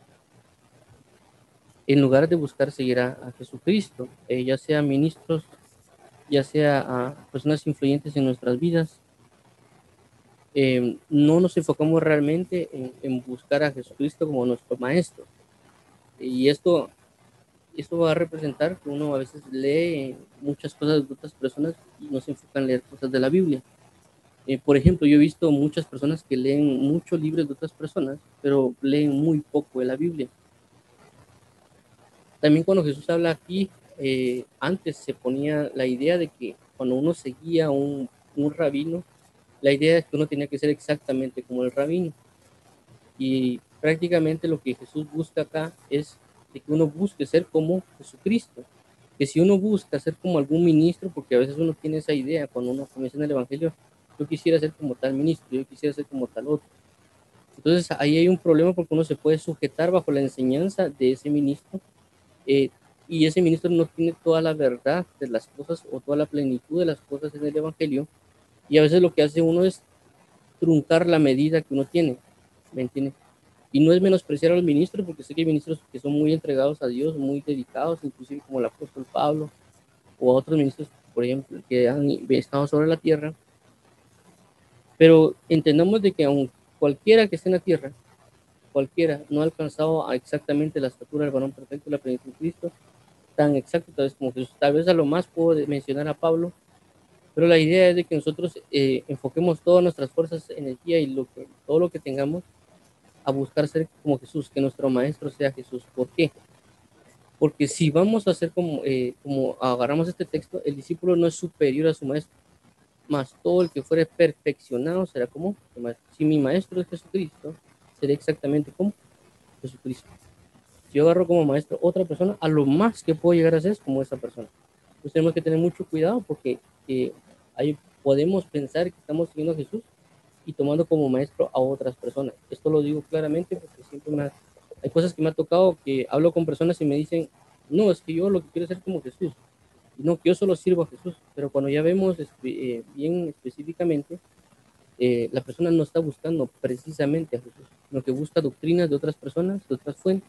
en lugar de buscar seguir a, a Jesucristo, eh, ya sea ministros, ya sea a personas influyentes en nuestras vidas. eh, no nos enfocamos realmente en, en buscar a Jesucristo como nuestro Maestro. Y esto, esto va a representar que uno a veces lee muchas cosas de otras personas y no se enfoca en leer cosas de la Biblia. Eh, por ejemplo, yo he visto muchas personas que leen muchos libros de otras personas, pero leen muy poco de la Biblia. También cuando Jesús habla aquí, eh, antes se ponía la idea de que cuando uno seguía un, un rabino, la idea es que uno tenía que ser exactamente como el rabino. Y prácticamente lo que Jesús busca acá es de que uno busque ser como Jesucristo. Que si uno busca ser como algún ministro, porque a veces uno tiene esa idea cuando uno comienza en el Evangelio, yo quisiera ser como tal ministro, yo quisiera ser como tal otro. Entonces ahí hay un problema porque uno se puede sujetar bajo la enseñanza de ese ministro, eh, y ese ministro no tiene toda la verdad de las cosas o toda la plenitud de las cosas en el Evangelio, y a veces lo que hace uno es truncar la medida que uno tiene, ¿me entiende? Y no es menospreciar a los ministros, porque sé que hay ministros que son muy entregados a Dios, muy dedicados, inclusive como el apóstol Pablo o a otros ministros, por ejemplo, que han estado sobre la tierra, pero entendamos de que aun cualquiera que esté en la tierra, cualquiera no ha alcanzado a exactamente la estatura del varón perfecto, la plenitud de Cristo, tan exacto tal vez como Jesús. Tal vez a lo más puedo mencionar a Pablo, pero la idea es de que nosotros eh, enfoquemos todas nuestras fuerzas, energía y lo que, todo lo que tengamos a buscar ser como Jesús, que nuestro maestro sea Jesús. ¿Por qué? Porque si vamos a hacer como, eh, como agarramos este texto, el discípulo no es superior a su maestro, más todo el que fuere perfeccionado será como su maestro. Si mi maestro es Jesucristo, seré exactamente como Jesucristo. Si yo agarro como maestro otra persona, a lo más que puedo llegar a ser es como esa persona. Entonces tenemos que tener mucho cuidado porque eh, ahí podemos pensar que estamos siguiendo a Jesús y tomando como maestro a otras personas. Esto lo digo claramente porque siempre me ha, hay cosas que me ha tocado que hablo con personas y me dicen, no, es que yo lo que quiero es ser como Jesús. No, que yo solo sirvo a Jesús. Pero cuando ya vemos eh, bien específicamente, eh, la persona no está buscando precisamente a Jesús, sino que busca doctrinas de otras personas, de otras fuentes,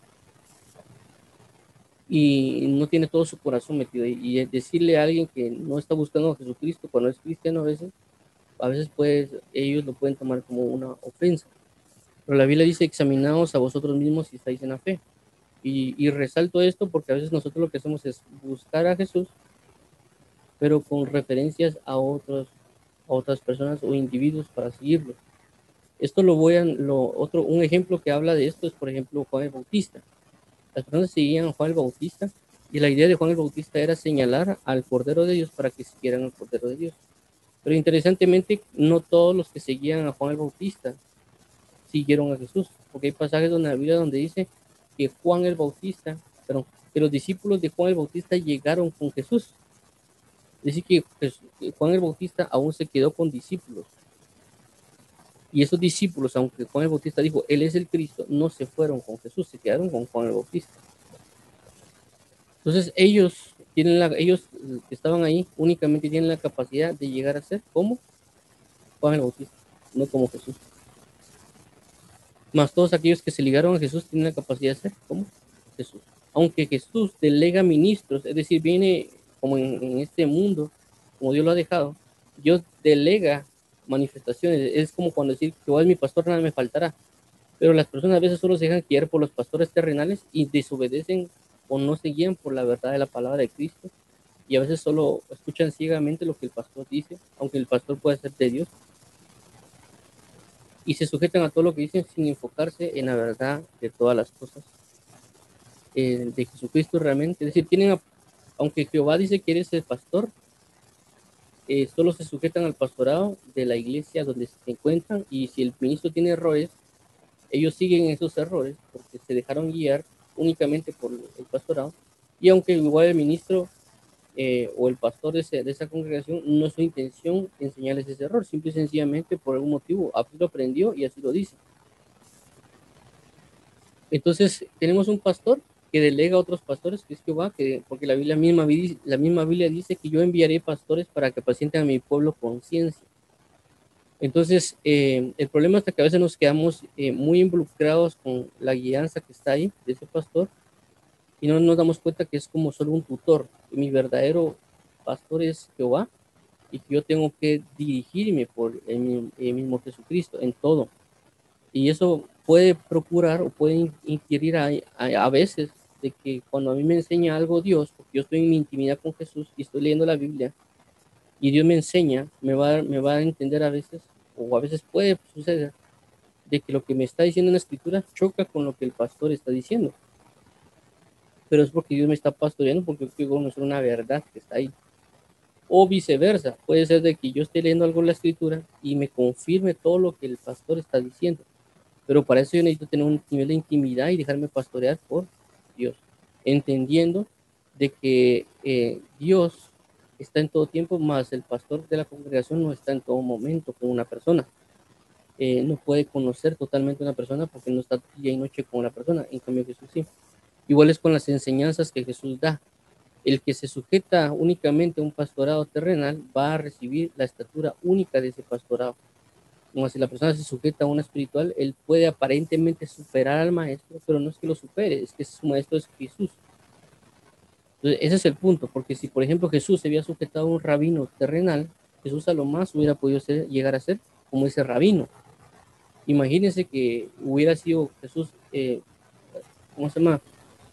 y no tiene todo su corazón metido ahí. Y decirle a alguien que no está buscando a Jesucristo cuando es cristiano a veces, a veces pues ellos lo pueden tomar como una ofensa. Pero la Biblia dice, examinaos a vosotros mismos si estáis en la fe. Y, y resalto esto porque a veces nosotros lo que hacemos es buscar a Jesús, pero con referencias a, otros, a otras personas o individuos para seguirlo. Esto lo voy a, lo, otro, un ejemplo que habla de esto es, por ejemplo, Juan el Bautista. Las personas seguían a Juan el Bautista y la idea de Juan el Bautista era señalar al Cordero de Dios para que siguieran al Cordero de Dios. Pero interesantemente, no todos los que seguían a Juan el Bautista siguieron a Jesús, porque hay pasajes donde la Biblia donde dice que Juan el Bautista, perdón, que los discípulos de Juan el Bautista llegaron con Jesús. Es decir, que, que Juan el Bautista aún se quedó con discípulos. Y esos discípulos, aunque Juan el Bautista dijo, Él es el Cristo, no se fueron con Jesús, se quedaron con Juan el Bautista. Entonces ellos, tienen la, ellos que estaban ahí únicamente tienen la capacidad de llegar a ser como Juan el Bautista, no como Jesús. Más todos aquellos que se ligaron a Jesús tienen la capacidad de ser como Jesús. Aunque Jesús delega ministros, es decir, viene como en, en este mundo, como Dios lo ha dejado, Dios delega manifestaciones. Es como cuando decir, Jehová es mi pastor, nada me faltará. Pero las personas a veces solo se dejan guiar por los pastores terrenales y desobedecen o no se guían por la verdad de la palabra de Cristo. Y a veces solo escuchan ciegamente lo que el pastor dice, aunque el pastor pueda ser de Dios, y se sujetan a todo lo que dicen sin enfocarse en la verdad de todas las cosas, eh, de Jesucristo realmente. Es decir, tienen, a, aunque Jehová dice que eres el pastor, eh, solo se sujetan al pastorado de la iglesia donde se encuentran, y si el ministro tiene errores, ellos siguen esos errores porque se dejaron guiar únicamente por el pastorado, y aunque igual el ministro eh, o el pastor de, ese, de, esa congregación no es su intención enseñarles ese error, simple y sencillamente por algún motivo así lo aprendió y así lo dice. Entonces tenemos un pastor que delega a otros pastores, que es Jehová, que, porque la Biblia misma, la misma Biblia dice que yo enviaré pastores para que pacienten a mi pueblo con ciencia. Entonces, eh, el problema es que a veces nos quedamos eh, muy involucrados con la guianza que está ahí de ese pastor y no nos damos cuenta que es como solo un tutor. Mi verdadero pastor es Jehová, y que yo tengo que dirigirme por el, mi- el mismo Jesucristo en todo. Y eso puede procurar o puede in- inquirir a, a, a veces de que cuando a mí me enseña algo Dios, porque yo estoy en mi intimidad con Jesús y estoy leyendo la Biblia, y Dios me enseña, me va, a- me va a entender a veces, o a veces puede suceder, de que lo que me está diciendo en la escritura choca con lo que el pastor está diciendo. Pero es porque Dios me está pastoreando, porque yo quiero conocer una verdad que está ahí. O viceversa, puede ser de que yo esté leyendo algo en la escritura y me confirme todo lo que el pastor está diciendo. Pero para eso yo necesito tener un nivel de intimidad y dejarme pastorear por Dios, entendiendo de que eh, Dios está en todo tiempo, más el pastor de la congregación no está en todo momento con una persona. Eh, no puede conocer totalmente a una persona porque no está día y noche con una persona, en cambio Jesús sí. Igual es con las enseñanzas que Jesús da. El que se sujeta únicamente a un pastorado terrenal va a recibir la estatura única de ese pastorado. Como si la persona se sujeta a una espiritual, él puede aparentemente superar al maestro, pero no es que lo supere, es que su maestro es Jesús. Entonces, ese es el punto, porque si por ejemplo Jesús se había sujetado a un rabino terrenal, Jesús a lo más hubiera podido ser, llegar a ser como ese rabino. Imagínense que hubiera sido Jesús, eh, ¿cómo se llama?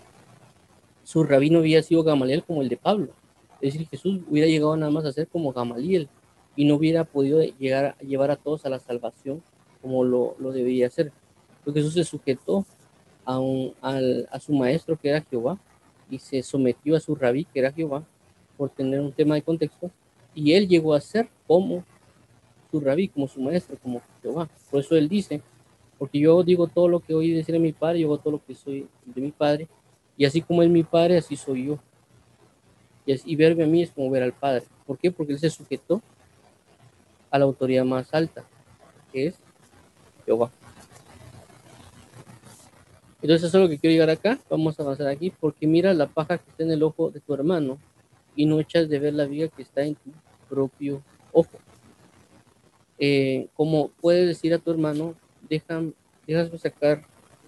Su rabino hubiera sido Gamaliel como el de Pablo. Es decir, Jesús hubiera llegado nada más a ser como Gamaliel y no hubiera podido llegar a llevar a todos a la salvación como lo, lo debía hacer. Porque Jesús se sujetó a, un, al, a su maestro que era Jehová y se sometió a su rabí que era Jehová por tener un tema de contexto y él llegó a ser como su rabí, como su maestro, como Jehová. Por eso él dice, porque yo digo todo lo que oí decir a mi padre, yo hago todo lo que soy de mi padre, y así como es mi padre, así soy yo. Y, es, y verme a mí es como ver al Padre. ¿Por qué? Porque él se sujetó a la autoridad más alta, que es Jehová. Entonces eso es lo que quiero llegar acá. Vamos a avanzar aquí, porque mira la paja que está en el ojo de tu hermano y no echas de ver la viga que está en tu propio ojo. Eh, como puedes decir a tu hermano, déjame, déjame sacar,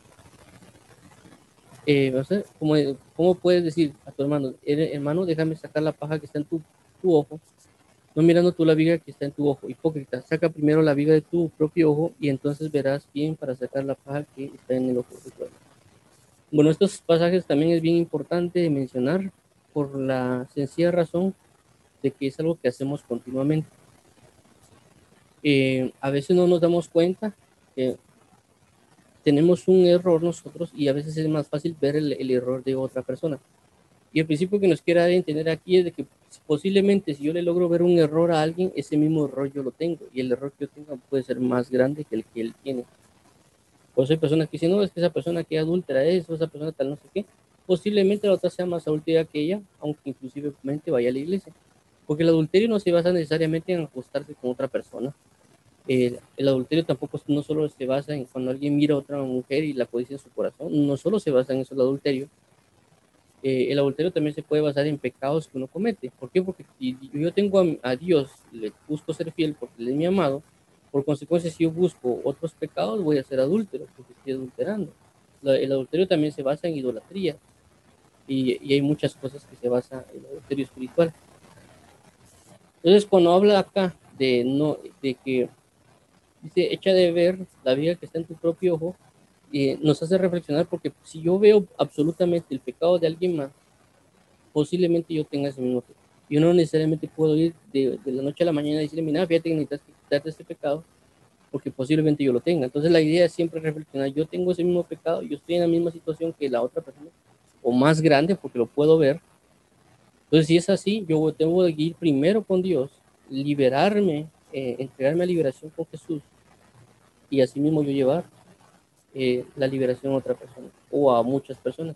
eh, no sé, como, ¿cómo puedes decir a tu hermano, hermano, déjame sacar la paja que está en tu, tu ojo, no mirando tú la viga que está en tu ojo? Hipócrita, saca primero la viga de tu propio ojo y entonces verás bien para sacar la paja que está en el ojo de tu hermano. Bueno, estos pasajes también es bien importante mencionar por la sencilla razón de que es algo que hacemos continuamente. Eh, a veces no nos damos cuenta que tenemos un error nosotros y a veces es más fácil ver el, el error de otra persona. Y el principio que nos quiere dar a entender aquí es de que posiblemente si yo le logro ver un error a alguien, ese mismo error yo lo tengo y el error que yo tengo puede ser más grande que el que él tiene. Por eso hay personas que dicen, no, es que esa persona que es adúltera es, o esa persona tal no sé qué. Posiblemente la otra sea más adúltera que ella, aunque inclusive vaya a la iglesia. Porque el adulterio no se basa necesariamente en acostarse con otra persona. El, el adulterio tampoco no solo se basa en cuando alguien mira a otra mujer y la codicia en su corazón, no solo se basa en eso el adulterio. Eh, el adulterio también se puede basar en pecados que uno comete. ¿Por qué? Porque si yo tengo a, a Dios, le busco ser fiel porque Él es mi amado, por consecuencia, si yo busco otros pecados, voy a ser adúltero, porque estoy adulterando. La, el adulterio también se basa en idolatría y, y hay muchas cosas que se basan en el adulterio espiritual. Entonces, cuando habla acá de, no, de que dice, echa de ver la viga que está en tu propio ojo, eh, nos hace reflexionar porque si yo veo absolutamente el pecado de alguien más, posiblemente yo tenga ese mismo pecado. Yo no necesariamente puedo ir de, de la noche a la mañana y decirle, mira, fíjate que necesitas quitarte este pecado, porque posiblemente yo lo tenga. Entonces la idea es siempre reflexionar, yo tengo ese mismo pecado, yo estoy en la misma situación que la otra persona, o más grande, porque lo puedo ver. Entonces si es así, yo tengo que ir primero con Dios, liberarme, eh, entregarme a liberación con Jesús, y así mismo yo llevar eh, la liberación a otra persona, o a muchas personas.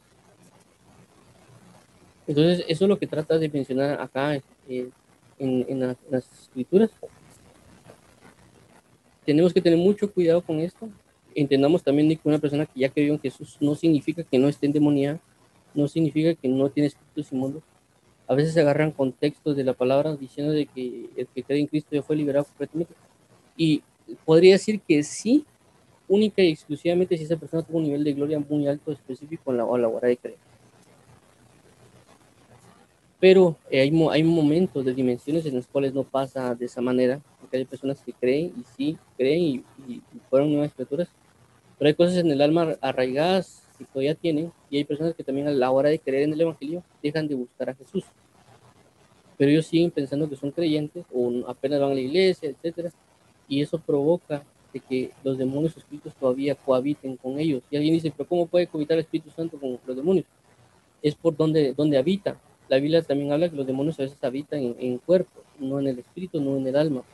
Entonces eso es lo que trata de mencionar acá eh, en, en, las, en las escrituras. Tenemos que tener mucho cuidado con esto. Entendamos también que una persona que ya creyó en Jesús no significa que no esté endemoniada, no significa que no tiene espíritus inmundos. A veces se agarran contextos de la palabra diciendo de que el que cree en Cristo ya fue liberado completamente. Y podría decir que sí, única y exclusivamente si esa persona tuvo un nivel de gloria muy alto específico a la, a la hora de creer. pero eh, hay, mo- hay momentos de dimensiones en las cuales no pasa de esa manera, porque hay personas que creen y sí, creen y, y- y fueron nuevas criaturas, pero hay cosas en el alma arraigadas que todavía tienen, y hay personas que también a la hora de creer en el Evangelio dejan de buscar a Jesús, pero ellos siguen pensando que son creyentes o apenas van a la iglesia, etcétera, y eso provoca de que los demonios espíritus todavía cohabiten con ellos. Y alguien dice, pero ¿cómo puede cohabitar el Espíritu Santo con los demonios? Es por donde, donde habita. La Biblia también habla que los demonios a veces habitan en, en cuerpo, no en el espíritu, no en el alma,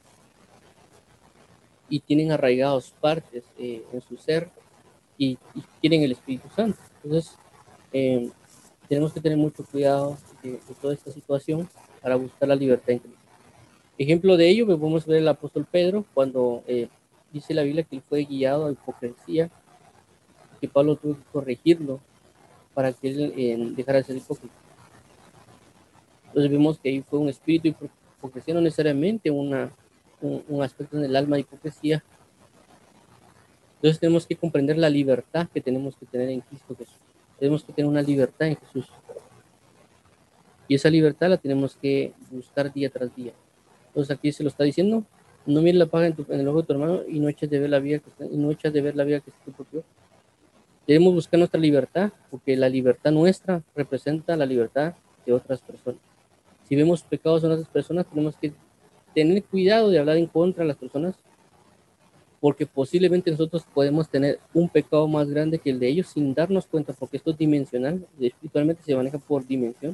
y tienen arraigados partes eh, en su ser y, y tienen el Espíritu Santo. Entonces, eh, tenemos que tener mucho cuidado de, de, toda esta situación para buscar la libertad en Cristo. Ejemplo de ello, pues podemos ver el apóstol Pedro cuando eh, dice la Biblia que él fue guiado a hipocresía, que Pablo tuvo que corregirlo para que él eh, dejara de ser hipócrita. Entonces vemos que ahí fue un espíritu de hipocresía, no necesariamente una, un, un aspecto en el alma de hipocresía. Entonces tenemos que comprender la libertad que tenemos que tener en Cristo Jesús. Tenemos que tener una libertad en Jesús. Y esa libertad la tenemos que buscar día tras día. Entonces aquí se lo está diciendo, no mires la paja en, tu, en el ojo de tu hermano y no eches de ver la vida que está, y no eches de ver la vida que está en tu propio. Debemos buscar nuestra libertad, porque la libertad nuestra representa la libertad de otras personas. Si vemos pecados en otras personas, tenemos que tener cuidado de hablar en contra de las personas, porque posiblemente nosotros podemos tener un pecado más grande que el de ellos sin darnos cuenta, porque esto es dimensional, espiritualmente se maneja por dimensión.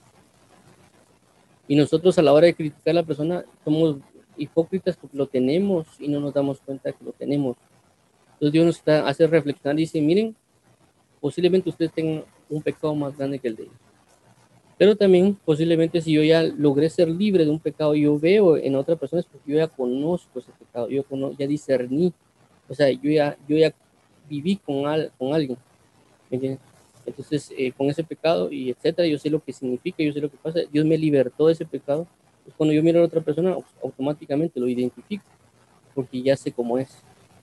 Y nosotros a la hora de criticar a la persona somos hipócritas porque lo tenemos y no nos damos cuenta que lo tenemos. Entonces Dios nos está, hace reflexionar y dice, miren, posiblemente ustedes tengan un pecado más grande que el de ellos. Pero también posiblemente si yo ya logré ser libre de un pecado, yo veo en otra persona es porque yo ya conozco ese pecado, yo conozco, ya discerní, o sea, yo ya, yo ya viví con, al, con alguien, ¿me entiendes? Entonces, eh, con ese pecado y etcétera, yo sé lo que significa, yo sé lo que pasa, Dios me libertó de ese pecado. Pues cuando yo miro a otra persona, automáticamente lo identifico, porque ya sé cómo es,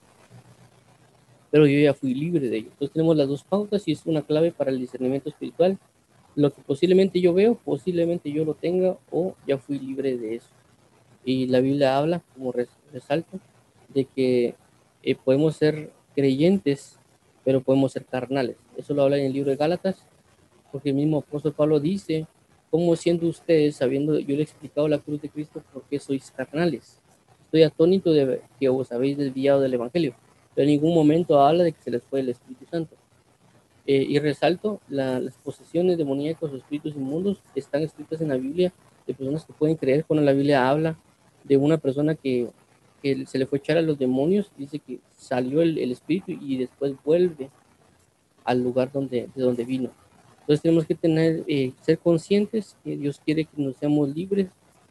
pero yo ya fui libre de ello. Entonces tenemos las dos pautas y es una clave para el discernimiento espiritual. Lo que posiblemente yo veo, posiblemente yo lo tenga o ya fui libre de eso. Y la Biblia habla, como resalto, de que eh, podemos ser creyentes, pero podemos ser carnales. Eso lo habla en el libro de Gálatas, porque el mismo apóstol Pablo dice, ¿cómo siendo ustedes, sabiendo, yo le he explicado la cruz de Cristo, por qué sois carnales? Estoy atónito de que os habéis desviado del Evangelio, pero en ningún momento habla de que se les fue el Espíritu Santo. Eh, y resalto, la, las posesiones demoníacas o espíritus inmundos están escritas en la Biblia de personas que pueden creer cuando la Biblia habla de una persona que, que se le fue a echar a los demonios, dice que salió el, el espíritu y después vuelve al lugar donde, de donde vino. Entonces tenemos que tener, eh, ser conscientes que Dios quiere que nos seamos libres,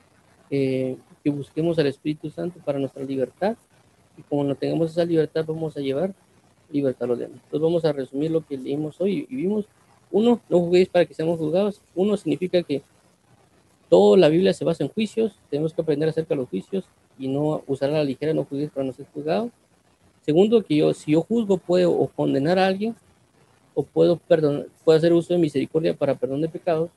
eh, que busquemos al Espíritu Santo para nuestra libertad, y como no tengamos esa libertad vamos a llevar libertad a los demás. Entonces vamos a resumir lo que leímos hoy y vimos. Uno, no juzguéis para que seamos juzgados. Uno significa que toda la Biblia se basa en juicios, tenemos que aprender acerca de los juicios y no usar a la ligera, no juzguéis para no ser juzgados. Segundo, que yo, si yo juzgo, puedo o condenar a alguien o puedo, perdón, puedo hacer uso de misericordia para perdón de pecados.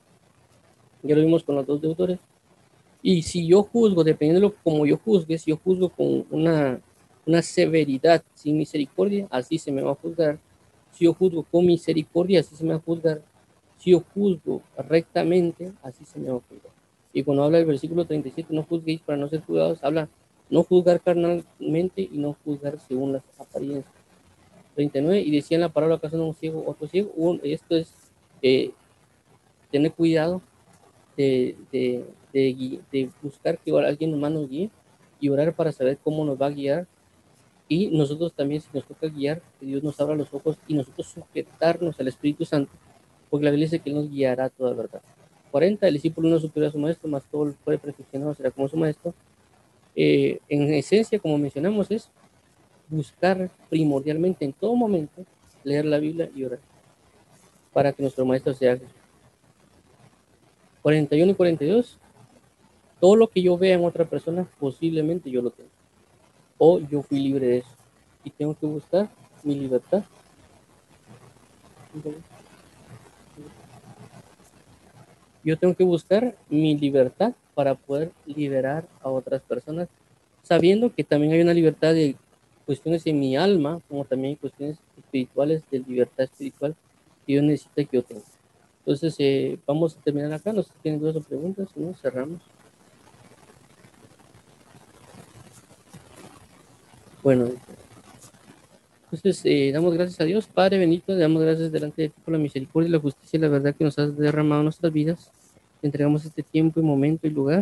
Ya lo vimos con los dos deudores. Y si yo juzgo, dependiendo de lo como yo juzgue, si yo juzgo con una, una severidad sin misericordia, así se me va a juzgar. Si yo juzgo con misericordia, así se me va a juzgar. Si yo juzgo rectamente, así se me va a juzgar. Y cuando habla el versículo treinta y siete, no juzguéis para no ser juzgados, habla no juzgar carnalmente y no juzgar según las apariencias. treinta y nueve, y decía en la palabra, acaso no un ciego, otro ciego. Un, esto es eh, tener cuidado de, de, de, de buscar que alguien más nos guíe y orar para saber cómo nos va a guiar. Y nosotros también, si nos toca guiar, que Dios nos abra los ojos y nosotros sujetarnos al Espíritu Santo, porque la Biblia dice que Él nos guiará a toda verdad. cuarenta, el discípulo no es superior a su maestro, más todo el puede perfeccionado será como su maestro. Eh, en esencia, como mencionamos, es buscar primordialmente en todo momento leer la Biblia y orar para que nuestro maestro sea Jesús. cuarenta y uno y cuarenta y dos, todo lo que yo vea en otra persona, posiblemente yo lo tengo. O yo fui libre de eso. Y tengo que buscar mi libertad. Yo tengo que buscar mi libertad para poder liberar a otras personas, sabiendo que también hay una libertad de cuestiones en mi alma, como también hay cuestiones espirituales, de libertad espiritual que yo necesito que yo tenga. Entonces, eh, vamos a terminar acá. No sé si tienen dudas o preguntas, si no, cerramos. Bueno, entonces eh, damos gracias a Dios, Padre bendito, le damos gracias delante de ti por la misericordia y la justicia y la verdad que nos has derramado en nuestras vidas. Te entregamos este tiempo y momento y lugar.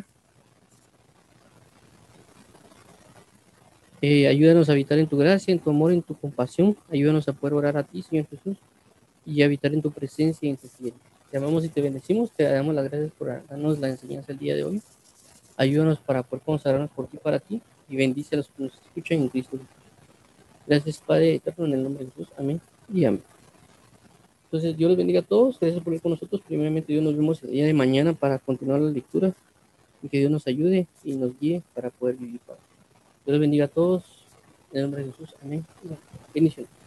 Eh, ayúdanos a habitar en tu gracia, en tu amor, en tu compasión. Ayúdanos a poder orar a ti, Señor Jesús, y habitar en tu presencia y en tu fiel. Te amamos y te bendecimos. Te damos las gracias por darnos la enseñanza el día de hoy. Ayúdanos para poder consagrarnos por ti para ti y bendice a los que nos escuchan en Cristo. Gracias, Padre eterno, en el nombre de Jesús. Amén y amén. Entonces, Dios los bendiga a todos. Gracias por ir con nosotros. Primeramente, Dios nos vemos el día de mañana para continuar la lectura y que Dios nos ayude y nos guíe para poder vivir. Dios los bendiga a todos. En el nombre de Jesús. Amén. Bendiciones.